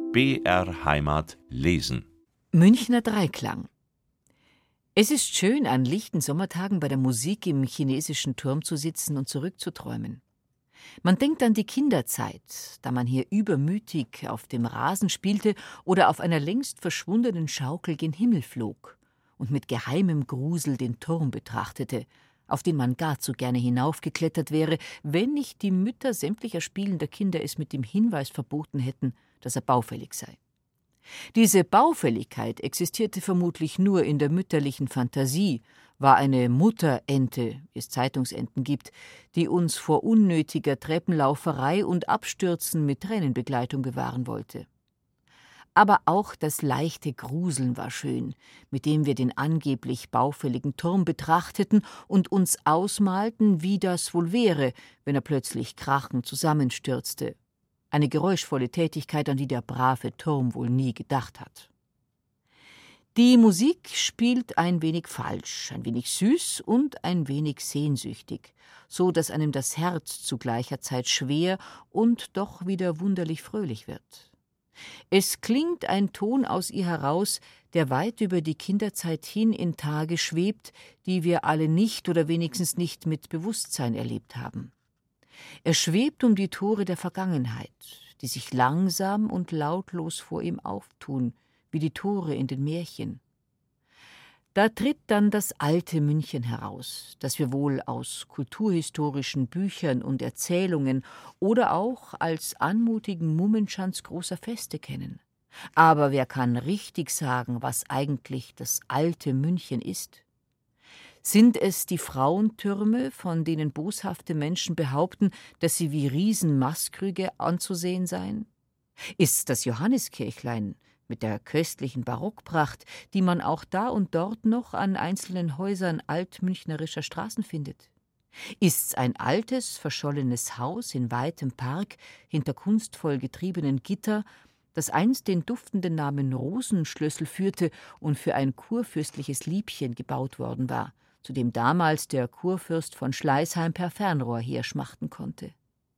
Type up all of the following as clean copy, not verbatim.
BR Heimat lesen. Münchner Dreiklang. Es ist schön, an lichten Sommertagen bei der Musik im chinesischen Turm zu sitzen und zurückzuträumen. Man denkt an die Kinderzeit, da man hier übermütig auf dem Rasen spielte oder auf einer längst verschwundenen Schaukel gen Himmel flog und mit geheimem Grusel den Turm betrachtete, auf den man gar zu gerne hinaufgeklettert wäre, wenn nicht die Mütter sämtlicher spielender Kinder es mit dem Hinweis verboten hätten, dass er baufällig sei. Diese Baufälligkeit existierte vermutlich nur in der mütterlichen Fantasie, war eine Mutterente, wie es Zeitungsenten gibt, die uns vor unnötiger Treppenlauferei und Abstürzen mit Tränenbegleitung bewahren wollte. Aber auch das leichte Gruseln war schön, mit dem wir den angeblich baufälligen Turm betrachteten und uns ausmalten, wie das wohl wäre, wenn er plötzlich krachend zusammenstürzte. Eine geräuschvolle Tätigkeit, an die der brave Turm wohl nie gedacht hat. Die Musik spielt ein wenig falsch, ein wenig süß und ein wenig sehnsüchtig, so dass einem das Herz zu gleicher Zeit schwer und doch wieder wunderlich fröhlich wird. Es klingt ein Ton aus ihr heraus, der weit über die Kinderzeit hin in Tage schwebt, die wir alle nicht oder wenigstens nicht mit Bewusstsein erlebt haben. Er schwebt um die Tore der Vergangenheit, die sich langsam und lautlos vor ihm auftun, wie die Tore in den Märchen. Da tritt dann das alte München heraus, das wir wohl aus kulturhistorischen Büchern und Erzählungen oder auch als anmutigen Mummenschanz großer Feste kennen. Aber wer kann richtig sagen, was eigentlich das alte München ist? Sind es die Frauentürme, von denen boshafte Menschen behaupten, dass sie wie Riesenmaßkrüge anzusehen seien? Ist's das Johanniskirchlein mit der köstlichen Barockpracht, die man auch da und dort noch an einzelnen Häusern altmünchnerischer Straßen findet? Ist's ein altes, verschollenes Haus in weitem Park hinter kunstvoll getriebenen Gitter, das einst den duftenden Namen Rosenschlössel führte und für ein kurfürstliches Liebchen gebaut worden war, zu dem damals der Kurfürst von Schleißheim per Fernrohr herschmachten konnte?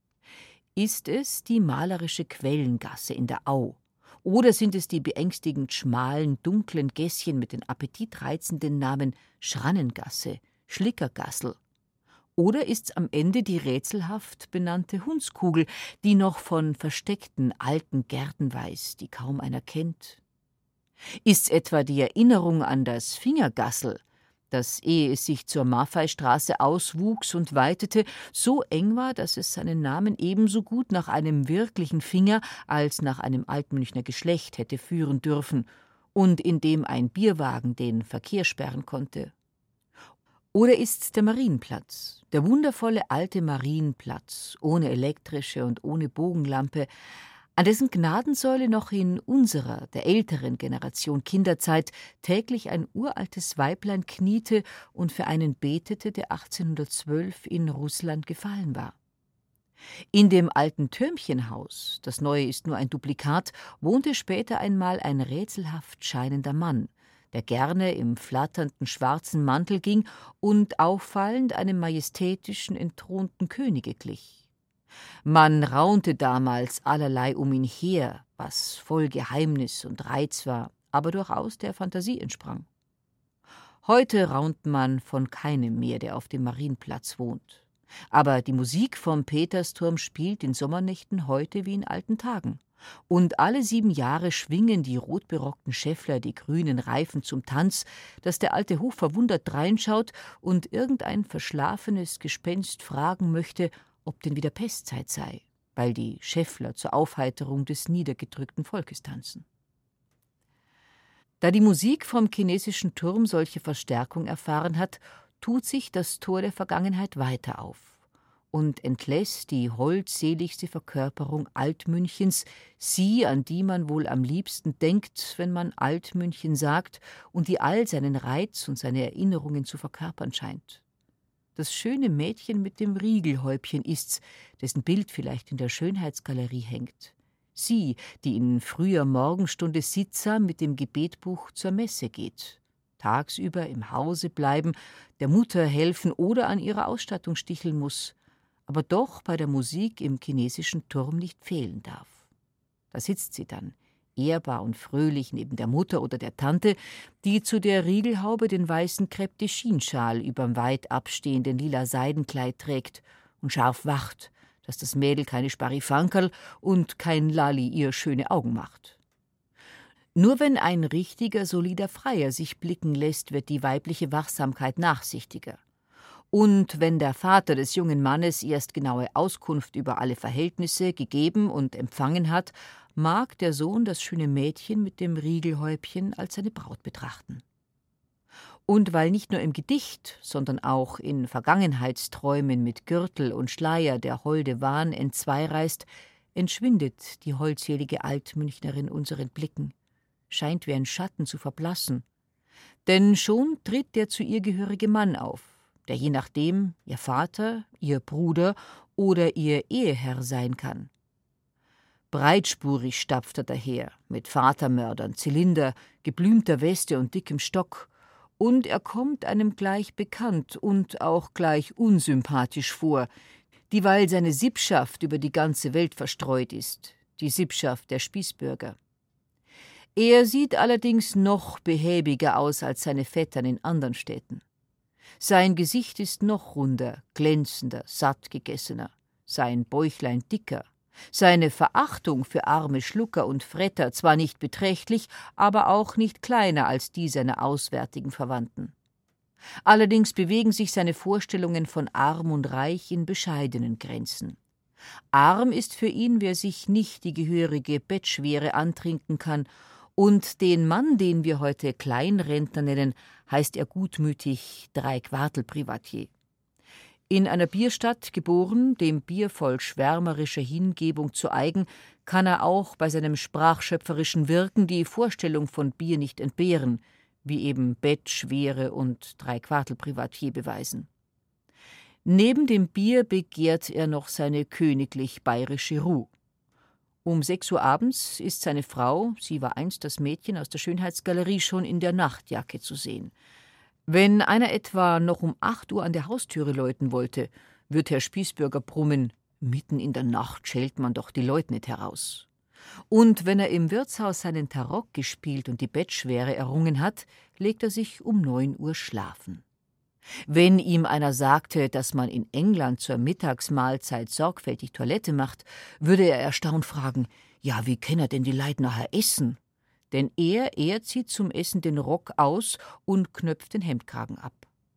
Ist es die malerische Quellengasse in der Au? Oder sind es die beängstigend schmalen, dunklen Gässchen mit den appetitreizenden Namen Schrannengasse, Schlickergassel? Oder ist's am Ende die rätselhaft benannte Hundskugel, die noch von versteckten alten Gärten weiß, die kaum einer kennt? Ist's etwa die Erinnerung an das Fingergassel, das, ehe es sich zur Maffeistraße auswuchs und weitete, so eng war, dass es seinen Namen ebenso gut nach einem wirklichen Finger als nach einem Altmünchner Geschlecht hätte führen dürfen und in dem ein Bierwagen den Verkehr sperren konnte? Oder ist's der Marienplatz, der wundervolle alte Marienplatz, ohne elektrische und ohne Bogenlampe, an dessen Gnadensäule noch in unserer, der älteren Generation Kinderzeit, täglich ein uraltes Weiblein kniete und für einen betete, der 1812 in Russland gefallen war? In dem alten Türmchenhaus, das neue ist nur ein Duplikat, wohnte später einmal ein rätselhaft scheinender Mann, der gerne im flatternden schwarzen Mantel ging und auffallend einem majestätischen, entthronten Könige glich. Man raunte damals allerlei um ihn her, was voll Geheimnis und Reiz war, aber durchaus der Fantasie entsprang. Heute raunt man von keinem mehr, der auf dem Marienplatz wohnt. Aber die Musik vom Petersturm spielt in Sommernächten heute wie in alten Tagen. Und alle 7 Jahre schwingen die rotberockten Schäffler die grünen Reifen zum Tanz, dass der alte Hof verwundert dreinschaut und irgendein verschlafenes Gespenst fragen möchte, ob denn wieder Pestzeit sei, weil die Schäffler zur Aufheiterung des niedergedrückten Volkes tanzen. Da die Musik vom chinesischen Turm solche Verstärkung erfahren hat, tut sich das Tor der Vergangenheit weiter auf und entlässt die holdseligste Verkörperung Altmünchens, sie, an die man wohl am liebsten denkt, wenn man Altmünchen sagt und die all seinen Reiz und seine Erinnerungen zu verkörpern scheint. Das schöne Mädchen mit dem Riegelhäubchen ist's, dessen Bild vielleicht in der Schönheitsgalerie hängt. Sie, die in früher Morgenstunde sittsam mit dem Gebetbuch zur Messe geht, tagsüber im Hause bleiben, der Mutter helfen oder an ihrer Ausstattung sticheln muss, aber doch bei der Musik im chinesischen Turm nicht fehlen darf. Da sitzt sie dann, ehrbar und fröhlich neben der Mutter oder der Tante, die zu der Riegelhaube den weißen Crêpe-de-Chine-Schal überm weit abstehenden lila Seidenkleid trägt und scharf wacht, dass das Mädel keine Sparifankerl und kein Lali ihr schöne Augen macht. Nur wenn ein richtiger, solider Freier sich blicken lässt, wird die weibliche Wachsamkeit nachsichtiger. Und wenn der Vater des jungen Mannes erst genaue Auskunft über alle Verhältnisse gegeben und empfangen hat, mag der Sohn das schöne Mädchen mit dem Riegelhäubchen als seine Braut betrachten. Und weil nicht nur im Gedicht, sondern auch in Vergangenheitsträumen mit Gürtel und Schleier der holde Wahn entzweireißt, entschwindet die holdselige Altmünchnerin unseren Blicken, scheint wie ein Schatten zu verblassen. Denn schon tritt der zu ihr gehörige Mann auf, der je nachdem ihr Vater, ihr Bruder oder ihr Eheherr sein kann. Breitspurig stapft er daher, mit Vatermördern, Zylinder, geblümter Weste und dickem Stock, und er kommt einem gleich bekannt und auch gleich unsympathisch vor, dieweil seine Sippschaft über die ganze Welt verstreut ist, die Sippschaft der Spießbürger. Er sieht allerdings noch behäbiger aus als seine Vettern in anderen Städten. Sein Gesicht ist noch runder, glänzender, sattgegessener, sein Bäuchlein dicker, seine Verachtung für arme Schlucker und Fretter zwar nicht beträchtlich, aber auch nicht kleiner als die seiner auswärtigen Verwandten. Allerdings bewegen sich seine Vorstellungen von Arm und Reich in bescheidenen Grenzen. Arm ist für ihn, wer sich nicht die gehörige Bettschwere antrinken kann, und den Mann, den wir heute Kleinrentner nennen, heißt er gutmütig Drei-Quartel-Privatier. In einer Bierstadt geboren, dem Bier voll schwärmerischer Hingebung zu eigen, kann er auch bei seinem sprachschöpferischen Wirken die Vorstellung von Bier nicht entbehren, wie eben Bettschwere und Drei-Quartel-Privatier beweisen. Neben dem Bier begehrt er noch seine königlich bayerische Ruhe. Um 6 Uhr abends ist seine Frau, sie war einst das Mädchen aus der Schönheitsgalerie, schon in der Nachtjacke zu sehen. Wenn einer etwa noch um 8 Uhr an der Haustüre läuten wollte, wird Herr Spießbürger brummen, mitten in der Nacht schält man doch die Leut nicht heraus. Und wenn er im Wirtshaus seinen Tarock gespielt und die Bettschwere errungen hat, legt er sich um 9 Uhr schlafen. Wenn ihm einer sagte, dass man in England zur Mittagsmahlzeit sorgfältig Toilette macht, würde er erstaunt fragen, ja, wie kann er denn die Leid nachher essen? Denn er zieht zum Essen den Rock aus und knöpft den Hemdkragen ab.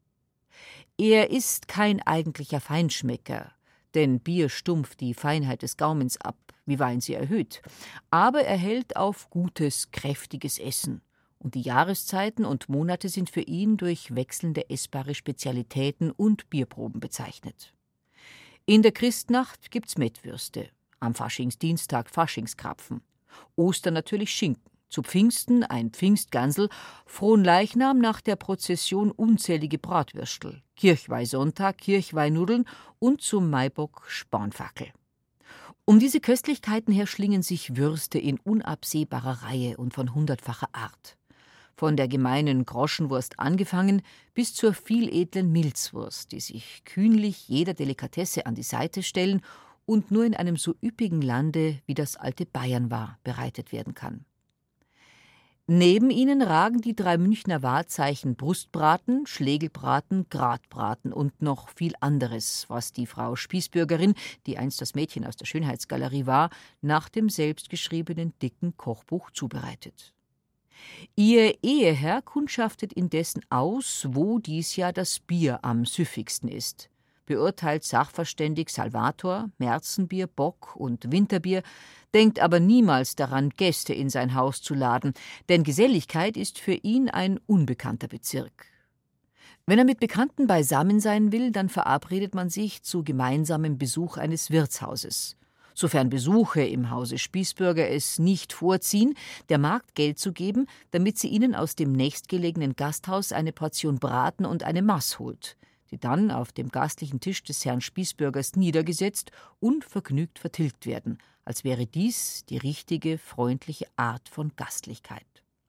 Er ist kein eigentlicher Feinschmecker, denn Bier stumpft die Feinheit des Gaumens ab, wie Wein sie erhöht, aber er hält auf gutes, kräftiges Essen. Und die Jahreszeiten und Monate sind für ihn durch wechselnde essbare Spezialitäten und Bierproben bezeichnet. In der Christnacht gibt's Mettwürste, am Faschingsdienstag Faschingskrapfen, Ostern natürlich Schinken, zu Pfingsten ein Pfingstgansel, Fronleichnam nach der Prozession unzählige Bratwürstel, Kirchweihsonntag Kirchweihnudeln und zum Maibock Spanferkel. Um diese Köstlichkeiten her schlingen sich Würste in unabsehbarer Reihe und von 100-facher Art. Von der gemeinen Groschenwurst angefangen bis zur vieledlen Milzwurst, die sich kühnlich jeder Delikatesse an die Seite stellen und nur in einem so üppigen Lande, wie das alte Bayern war, bereitet werden kann. Neben ihnen ragen die 3 Münchner Wahrzeichen Brustbraten, Schlegelbraten, Gratbraten und noch viel anderes, was die Frau Spießbürgerin, die einst das Mädchen aus der Schönheitsgalerie war, nach dem selbstgeschriebenen dicken Kochbuch zubereitet. Ihr Eheherr kundschaftet indessen aus, wo dies Jahr das Bier am süffigsten ist, beurteilt sachverständig Salvator, Märzenbier, Bock und Winterbier, denkt aber niemals daran, Gäste in sein Haus zu laden, denn Geselligkeit ist für ihn ein unbekannter Bezirk. Wenn er mit Bekannten beisammen sein will, dann verabredet man sich zu gemeinsamem Besuch eines Wirtshauses. Sofern Besuche im Hause Spießbürger es nicht vorziehen, der Magd Geld zu geben, damit sie ihnen aus dem nächstgelegenen Gasthaus eine Portion Braten und eine Maß holt, die dann auf dem gastlichen Tisch des Herrn Spießbürgers niedergesetzt und vergnügt vertilgt werden, als wäre dies die richtige, freundliche Art von Gastlichkeit.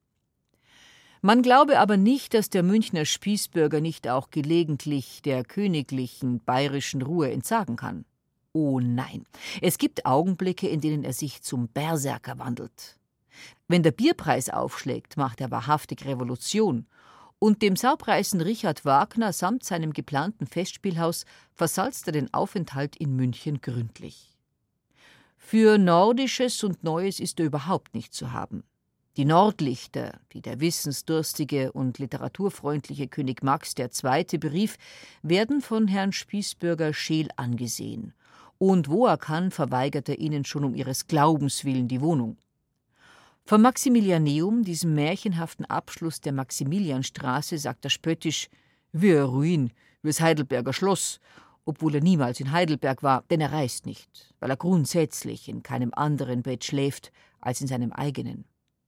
Man glaube aber nicht, dass der Münchner Spießbürger nicht auch gelegentlich der königlichen bayerischen Ruhe entsagen kann. Oh nein, es gibt Augenblicke, in denen er sich zum Berserker wandelt. Wenn der Bierpreis aufschlägt, macht er wahrhaftig Revolution. Und dem Saupreisen Richard Wagner samt seinem geplanten Festspielhaus versalzt er den Aufenthalt in München gründlich. Für Nordisches und Neues ist er überhaupt nicht zu haben. Die Nordlichter, die der wissensdurstige und literaturfreundliche König Max II. Berief, werden von Herrn Spießbürger scheel angesehen. Und wo er kann, verweigert er ihnen schon um ihres Glaubens willen die Wohnung. Vom Maximilianeum, diesem märchenhaften Abschluss der Maximilianstraße, sagt er spöttisch: »Wie ein Ruin, wie das Heidelberger Schloss«, obwohl er niemals in Heidelberg war, denn er reist nicht, weil er grundsätzlich in keinem anderen Bett schläft als in seinem eigenen.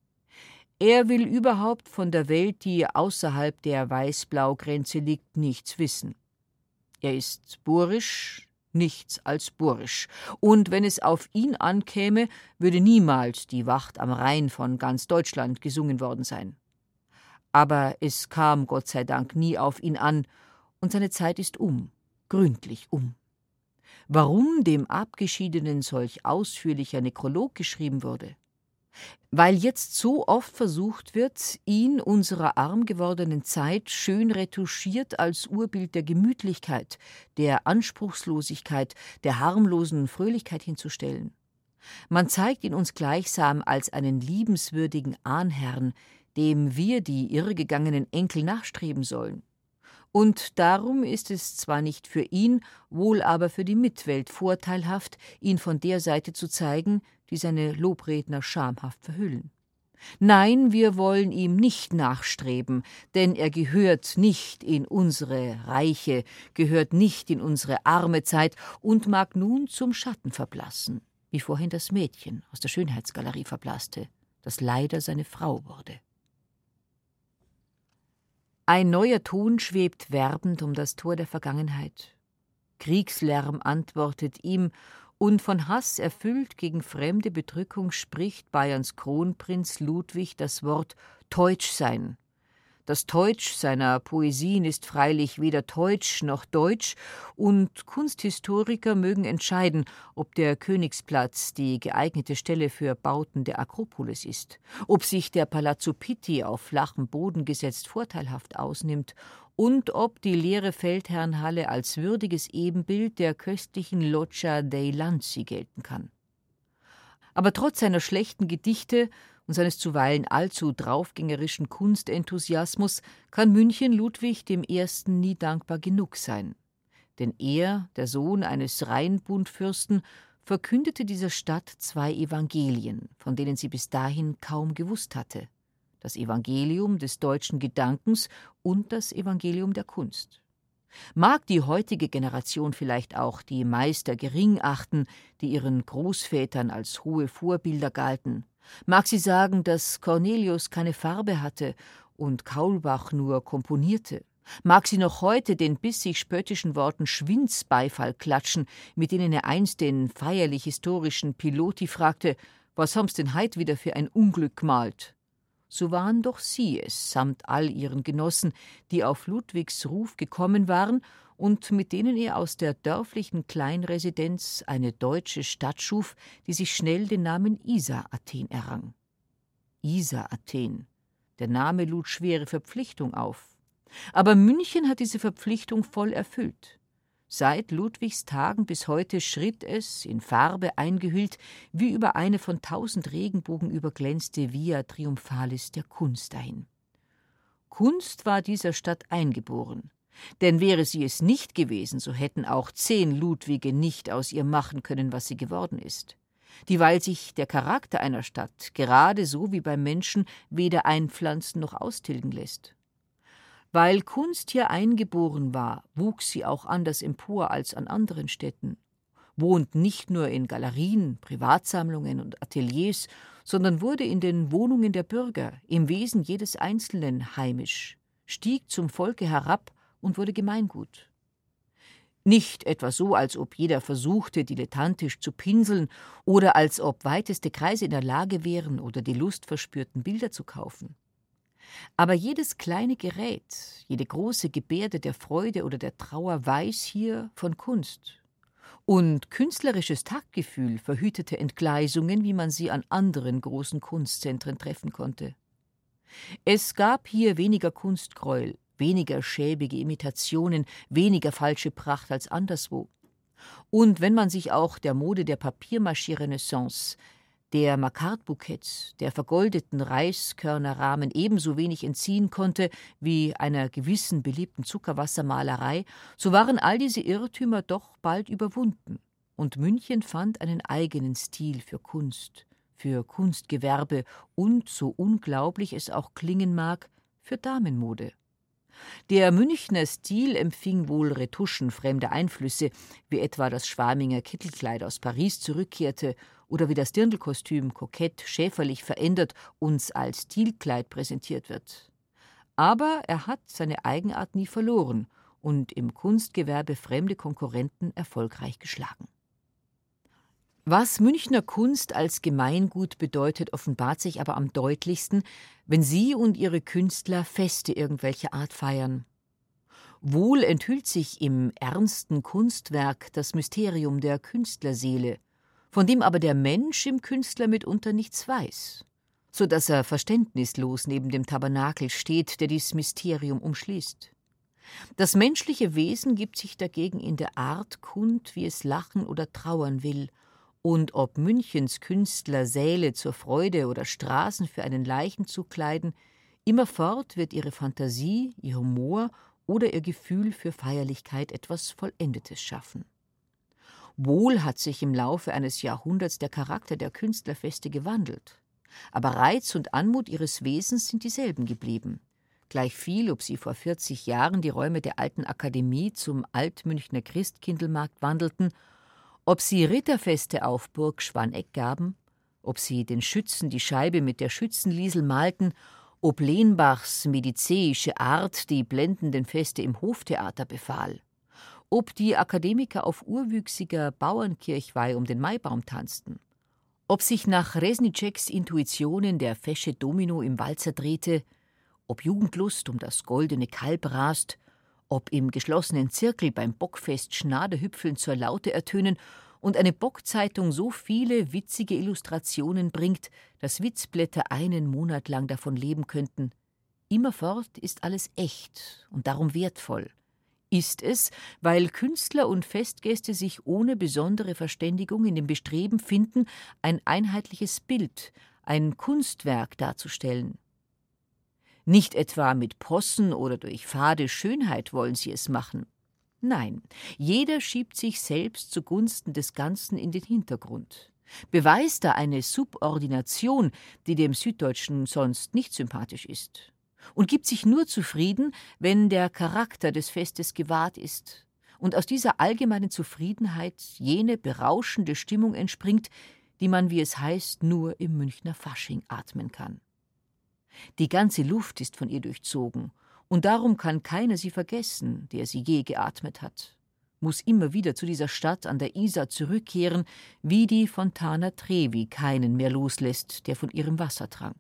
Er will überhaupt von der Welt, die außerhalb der Weiß-Blau-Grenze liegt, nichts wissen. Er ist bohrisch, nichts als bohrisch. Und wenn es auf ihn ankäme, würde niemals die Wacht am Rhein von ganz Deutschland gesungen worden sein. Aber es kam Gott sei Dank nie auf ihn an, und seine Zeit ist gründlich um. Warum dem Abgeschiedenen solch ausführlicher Nekrolog geschrieben wurde? Weil jetzt so oft versucht wird, ihn unserer arm gewordenen Zeit schön retuschiert als Urbild der Gemütlichkeit, der Anspruchslosigkeit, der harmlosen Fröhlichkeit hinzustellen. Man zeigt ihn uns gleichsam als einen liebenswürdigen Ahnherrn, dem wir die irrgegangenen Enkel nachstreben sollen. Und darum ist es zwar nicht für ihn, wohl aber für die Mitwelt vorteilhaft, ihn von der Seite zu zeigen, die seine Lobredner schamhaft verhüllen. Nein, wir wollen ihm nicht nachstreben, denn er gehört nicht in unsere reiche, gehört nicht in unsere arme Zeit und mag nun zum Schatten verblassen, wie vorhin das Mädchen aus der Schönheitsgalerie verblasste, das leider seine Frau wurde. Ein neuer Ton schwebt werbend um das Tor der Vergangenheit. Kriegslärm antwortet ihm, und von Hass erfüllt gegen fremde Bedrückung spricht Bayerns Kronprinz Ludwig das Wort Teutsch-sein. Das Teutsch seiner Poesien ist freilich weder Teutsch noch Deutsch, und Kunsthistoriker mögen entscheiden, ob der Königsplatz die geeignete Stelle für Bauten der Akropolis ist, ob sich der Palazzo Pitti auf flachem Boden gesetzt vorteilhaft ausnimmt und ob die leere Feldherrnhalle als würdiges Ebenbild der köstlichen Loggia dei Lanzi gelten kann. Aber trotz seiner schlechten Gedichte und seines zuweilen allzu draufgängerischen Kunstenthusiasmus kann München Ludwig I. nie dankbar genug sein. Denn er, der Sohn eines Rheinbundfürsten, verkündete dieser Stadt 2 Evangelien, von denen sie bis dahin kaum gewusst hatte: das Evangelium des deutschen Gedankens und das Evangelium der Kunst. Mag die heutige Generation vielleicht auch die Meister gering achten, die ihren Großvätern als hohe Vorbilder galten, mag sie sagen, dass Cornelius keine Farbe hatte und Kaulbach nur komponierte, mag sie noch heute den bissig spöttischen Worten Schwindsbeifall klatschen, mit denen er einst den feierlich-historischen Piloti fragte: »Was haben's denn heit wieder für ein Unglück gemalt?« So waren doch sie es, samt all ihren Genossen, die auf Ludwigs Ruf gekommen waren und mit denen er aus der dörflichen Kleinresidenz eine deutsche Stadt schuf, die sich schnell den Namen Isar-Athen errang. Isar-Athen. Der Name lud schwere Verpflichtung auf. Aber München hat diese Verpflichtung voll erfüllt. Seit Ludwigs Tagen bis heute schritt es, in Farbe eingehüllt, wie über eine von 1000 Regenbogen überglänzte Via Triumphalis der Kunst dahin. Kunst war dieser Stadt eingeboren. Denn wäre sie es nicht gewesen, so hätten auch 10 Ludwige nicht aus ihr machen können, was sie geworden ist. Dieweil sich der Charakter einer Stadt, gerade so wie beim Menschen, weder einpflanzen noch austilgen lässt. Weil Kunst hier eingeboren war, wuchs sie auch anders empor als an anderen Städten, wohnt nicht nur in Galerien, Privatsammlungen und Ateliers, sondern wurde in den Wohnungen der Bürger, im Wesen jedes Einzelnen heimisch, stieg zum Volke herab und wurde Gemeingut. Nicht etwa so, als ob jeder versuchte, dilettantisch zu pinseln oder als ob weiteste Kreise in der Lage wären oder die Lust verspürten, Bilder zu kaufen. Aber jedes kleine Gerät, jede große Gebärde der Freude oder der Trauer weiß hier von Kunst. Und künstlerisches Taktgefühl verhütete Entgleisungen, wie man sie an anderen großen Kunstzentren treffen konnte. Es gab hier weniger Kunstgräuel, weniger schäbige Imitationen, weniger falsche Pracht als anderswo. Und wenn man sich auch der Mode der Papiermaché-Renaissance, der Makart-Bouquets, der vergoldeten Reiskörnerrahmen ebenso wenig entziehen konnte wie einer gewissen beliebten Zuckerwassermalerei, so waren all diese Irrtümer doch bald überwunden. Und München fand einen eigenen Stil für Kunst, für Kunstgewerbe und, so unglaublich es auch klingen mag, für Damenmode. Der Münchner Stil empfing wohl Retuschen fremder Einflüsse, wie etwa das Schwaminger Kittelkleid aus Paris zurückkehrte oder wie das Dirndlkostüm kokett schäferlich verändert uns als Stilkleid präsentiert wird. Aber er hat seine Eigenart nie verloren und im Kunstgewerbe fremde Konkurrenten erfolgreich geschlagen. Was Münchner Kunst als Gemeingut bedeutet, offenbart sich aber am deutlichsten, wenn sie und ihre Künstler Feste irgendwelcher Art feiern. Wohl enthüllt sich im ernsten Kunstwerk das Mysterium der Künstlerseele, von dem aber der Mensch im Künstler mitunter nichts weiß, so dass er verständnislos neben dem Tabernakel steht, der dies Mysterium umschließt. Das menschliche Wesen gibt sich dagegen in der Art kund, wie es lachen oder trauern will, und ob Münchens Künstler Säle zur Freude oder Straßen für einen Leichenzug kleiden, immerfort wird ihre Fantasie, ihr Humor oder ihr Gefühl für Feierlichkeit etwas Vollendetes schaffen. Wohl hat sich im Laufe eines Jahrhunderts der Charakter der Künstlerfeste gewandelt, aber Reiz und Anmut ihres Wesens sind dieselben geblieben. Gleichviel, ob sie vor 40 Jahren die Räume der alten Akademie zum Altmünchner Christkindlmarkt wandelten, ob sie Ritterfeste auf Burg Schwaneck gaben, ob sie den Schützen die Scheibe mit der Schützenliesel malten, ob Lenbachs medizäische Art die blendenden Feste im Hoftheater befahl, ob die Akademiker auf urwüchsiger Bauernkirchweih um den Maibaum tanzten, ob sich nach Resniceks Intuitionen der fesche Domino im Walzer drehte, ob Jugendlust um das goldene Kalb rast, ob im geschlossenen Zirkel beim Bockfest Schnadehüpfeln zur Laute ertönen und eine Bockzeitung so viele witzige Illustrationen bringt, dass Witzblätter einen Monat lang davon leben könnten. Immerfort ist alles echt und darum wertvoll. Ist es, weil Künstler und Festgäste sich ohne besondere Verständigung in dem Bestreben finden, ein einheitliches Bild, ein Kunstwerk darzustellen. Nicht etwa mit Possen oder durch fade Schönheit wollen sie es machen. Nein, jeder schiebt sich selbst zugunsten des Ganzen in den Hintergrund, beweist da eine Subordination, die dem Süddeutschen sonst nicht sympathisch ist, und gibt sich nur zufrieden, wenn der Charakter des Festes gewahrt ist und aus dieser allgemeinen Zufriedenheit jene berauschende Stimmung entspringt, die man, wie es heißt, nur im Münchner Fasching atmen kann. Die ganze Luft ist von ihr durchzogen, und darum kann keiner sie vergessen, der sie je geatmet hat, muss immer wieder zu dieser Stadt an der Isar zurückkehren, wie die Fontana Trevi keinen mehr loslässt, der von ihrem Wasser trank.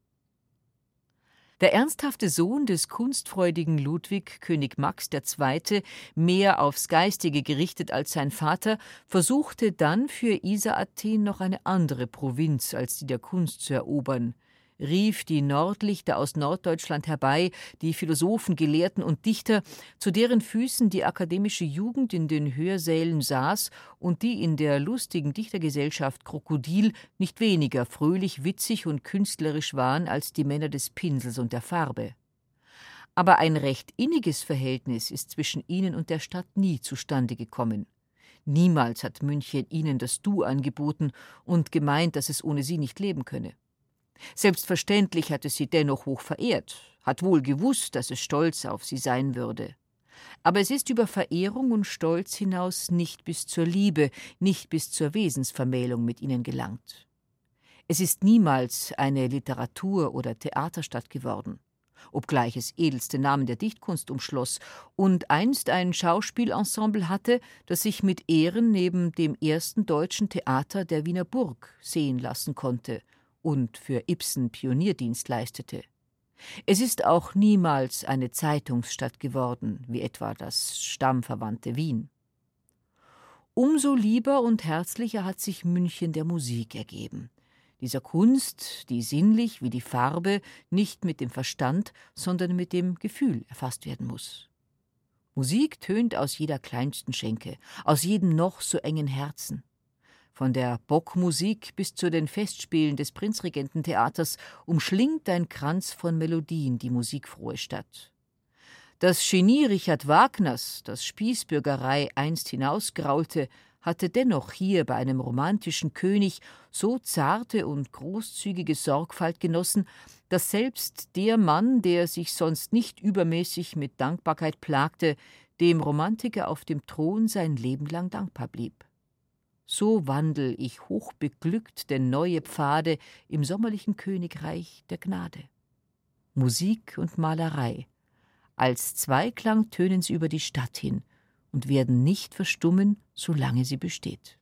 Der ernsthafte Sohn des kunstfreudigen Ludwig, König Max II., mehr aufs Geistige gerichtet als sein Vater, versuchte dann für Isar-Athen noch eine andere Provinz als die der Kunst zu erobern, rief die Nordlichter aus Norddeutschland herbei, die Philosophen, Gelehrten und Dichter, zu deren Füßen die akademische Jugend in den Hörsälen saß und die in der lustigen Dichtergesellschaft Krokodil nicht weniger fröhlich, witzig und künstlerisch waren als die Männer des Pinsels und der Farbe. Aber ein recht inniges Verhältnis ist zwischen ihnen und der Stadt nie zustande gekommen. Niemals hat München ihnen das Du angeboten und gemeint, dass es ohne sie nicht leben könne. Selbstverständlich hat es sie dennoch hoch verehrt, hat wohl gewusst, dass es stolz auf sie sein würde. Aber es ist über Verehrung und Stolz hinaus nicht bis zur Liebe, nicht bis zur Wesensvermählung mit ihnen gelangt. Es ist niemals eine Literatur- oder Theaterstadt geworden, obgleich es edelste Namen der Dichtkunst umschloss und einst ein Schauspielensemble hatte, das sich mit Ehren neben dem ersten deutschen Theater der Wiener Burg sehen lassen konnte und für Ibsen Pionierdienst leistete. Es ist auch niemals eine Zeitungsstadt geworden, wie etwa das stammverwandte Wien. Umso lieber und herzlicher hat sich München der Musik ergeben. Dieser Kunst, die sinnlich wie die Farbe nicht mit dem Verstand, sondern mit dem Gefühl erfasst werden muss. Musik tönt aus jeder kleinsten Schenke, aus jedem noch so engen Herzen. Von der Bockmusik bis zu den Festspielen des Prinzregententheaters umschlingt ein Kranz von Melodien die musikfrohe Stadt. Das Genie Richard Wagners, das Spießbürgerei einst hinausgraulte, hatte dennoch hier bei einem romantischen König so zarte und großzügige Sorgfalt genossen, dass selbst der Mann, der sich sonst nicht übermäßig mit Dankbarkeit plagte, dem Romantiker auf dem Thron sein Leben lang dankbar blieb. So wandel ich hochbeglückt denn neue Pfade im sommerlichen Königreich der Gnade. Musik und Malerei, als Zweiklang tönen sie über die Stadt hin und werden nicht verstummen, solange sie besteht.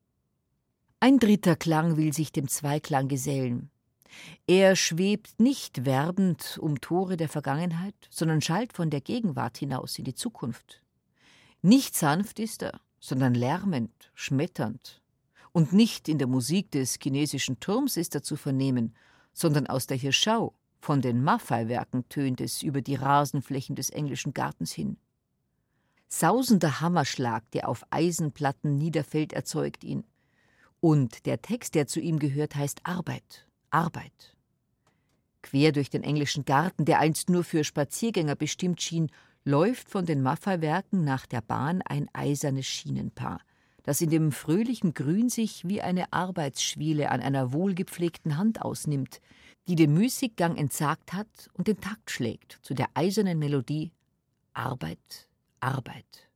Ein dritter Klang will sich dem Zweiklang gesellen. Er schwebt nicht werbend um Tore der Vergangenheit, sondern schallt von der Gegenwart hinaus in die Zukunft. Nicht sanft ist er, sondern lärmend, schmetternd. Und nicht in der Musik des chinesischen Turms ist er zu vernehmen, sondern aus der Hirschau, von den Maffei-Werken tönt es über die Rasenflächen des englischen Gartens hin. Sausender Hammerschlag, der auf Eisenplatten niederfällt, erzeugt ihn. Und der Text, der zu ihm gehört, heißt Arbeit, Arbeit. Quer durch den englischen Garten, der einst nur für Spaziergänger bestimmt schien, läuft von den Maffei-Werken nach der Bahn ein eisernes Schienenpaar, das in dem fröhlichen Grün sich wie eine Arbeitsschwiele an einer wohlgepflegten Hand ausnimmt, die dem Müßiggang entsagt hat und den Takt schlägt zu der eisernen Melodie Arbeit, Arbeit.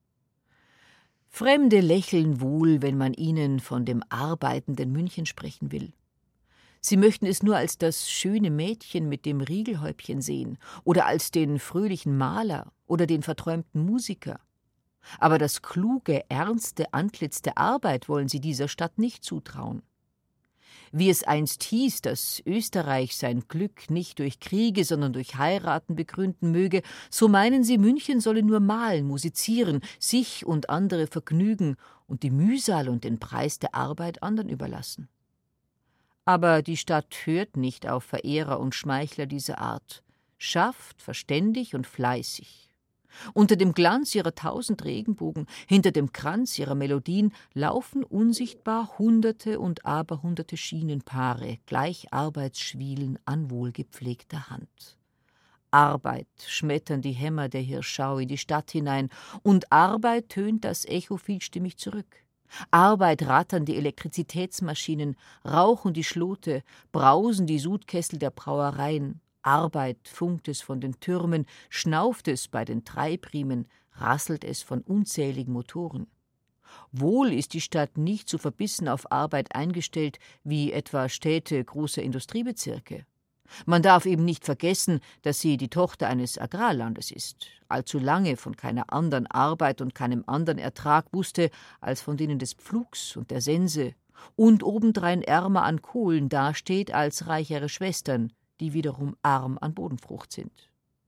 Fremde lächeln wohl, wenn man ihnen von dem arbeitenden München sprechen will. Sie möchten es nur als das schöne Mädchen mit dem Riegelhäubchen sehen oder als den fröhlichen Maler oder den verträumten Musiker. Aber das kluge, ernste Antlitz der Arbeit wollen sie dieser Stadt nicht zutrauen. Wie es einst hieß, dass Österreich sein Glück nicht durch Kriege, sondern durch Heiraten begründen möge, so meinen sie, München solle nur malen, musizieren, sich und andere vergnügen und die Mühsal und den Preis der Arbeit anderen überlassen. Aber die Stadt hört nicht auf Verehrer und Schmeichler dieser Art, schafft verständig und fleißig. Unter dem Glanz ihrer 1000 Regenbogen, hinter dem Kranz ihrer Melodien laufen unsichtbar Hunderte und Aberhunderte Schienenpaare, gleich Arbeitsschwielen an wohlgepflegter Hand. Arbeit schmettern die Hämmer der Hirschau in die Stadt hinein, und Arbeit tönt das Echo vielstimmig zurück. Arbeit rattern die Elektrizitätsmaschinen, rauchen die Schlote, brausen die Sudkessel der Brauereien. Arbeit funkt es von den Türmen, schnauft es bei den Treibriemen, rasselt es von unzähligen Motoren. Wohl ist die Stadt nicht so verbissen auf Arbeit eingestellt wie etwa Städte großer Industriebezirke. Man darf eben nicht vergessen, dass sie die Tochter eines Agrarlandes ist, allzu lange von keiner anderen Arbeit und keinem anderen Ertrag wusste als von denen des Pflugs und der Sense und obendrein ärmer an Kohlen dasteht als reichere Schwestern, die wiederum arm an Bodenfrucht sind.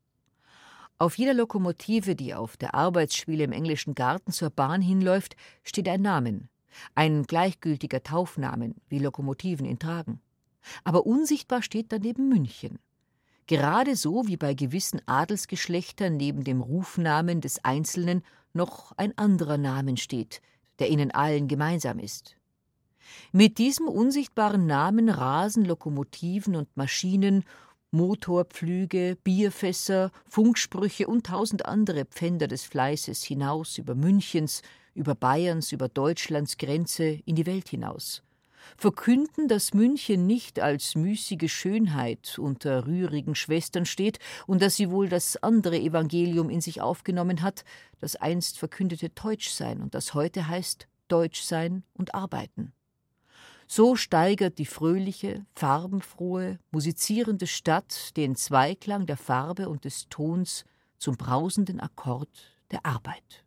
Auf jeder Lokomotive, die auf der Arbeitsschwiele im englischen Garten zur Bahn hinläuft, steht ein Namen, ein gleichgültiger Taufnamen, wie Lokomotiven ihn tragen. Aber unsichtbar steht daneben München. Gerade so wie bei gewissen Adelsgeschlechtern neben dem Rufnamen des Einzelnen noch ein anderer Namen steht, der ihnen allen gemeinsam ist. Mit diesem unsichtbaren Namen rasen Lokomotiven und Maschinen, Motorpflüge, Bierfässer, Funksprüche und 1000 andere Pfänder des Fleißes hinaus über Münchens, über Bayerns, über Deutschlands Grenze in die Welt hinaus. Verkünden, dass München nicht als müßige Schönheit unter rührigen Schwestern steht und dass sie wohl das andere Evangelium in sich aufgenommen hat, das einst verkündete Teutschsein und das heute heißt Deutschsein und Arbeiten. So steigert die fröhliche, farbenfrohe, musizierende Stadt den Zweiklang der Farbe und des Tons zum brausenden Akkord der Arbeit.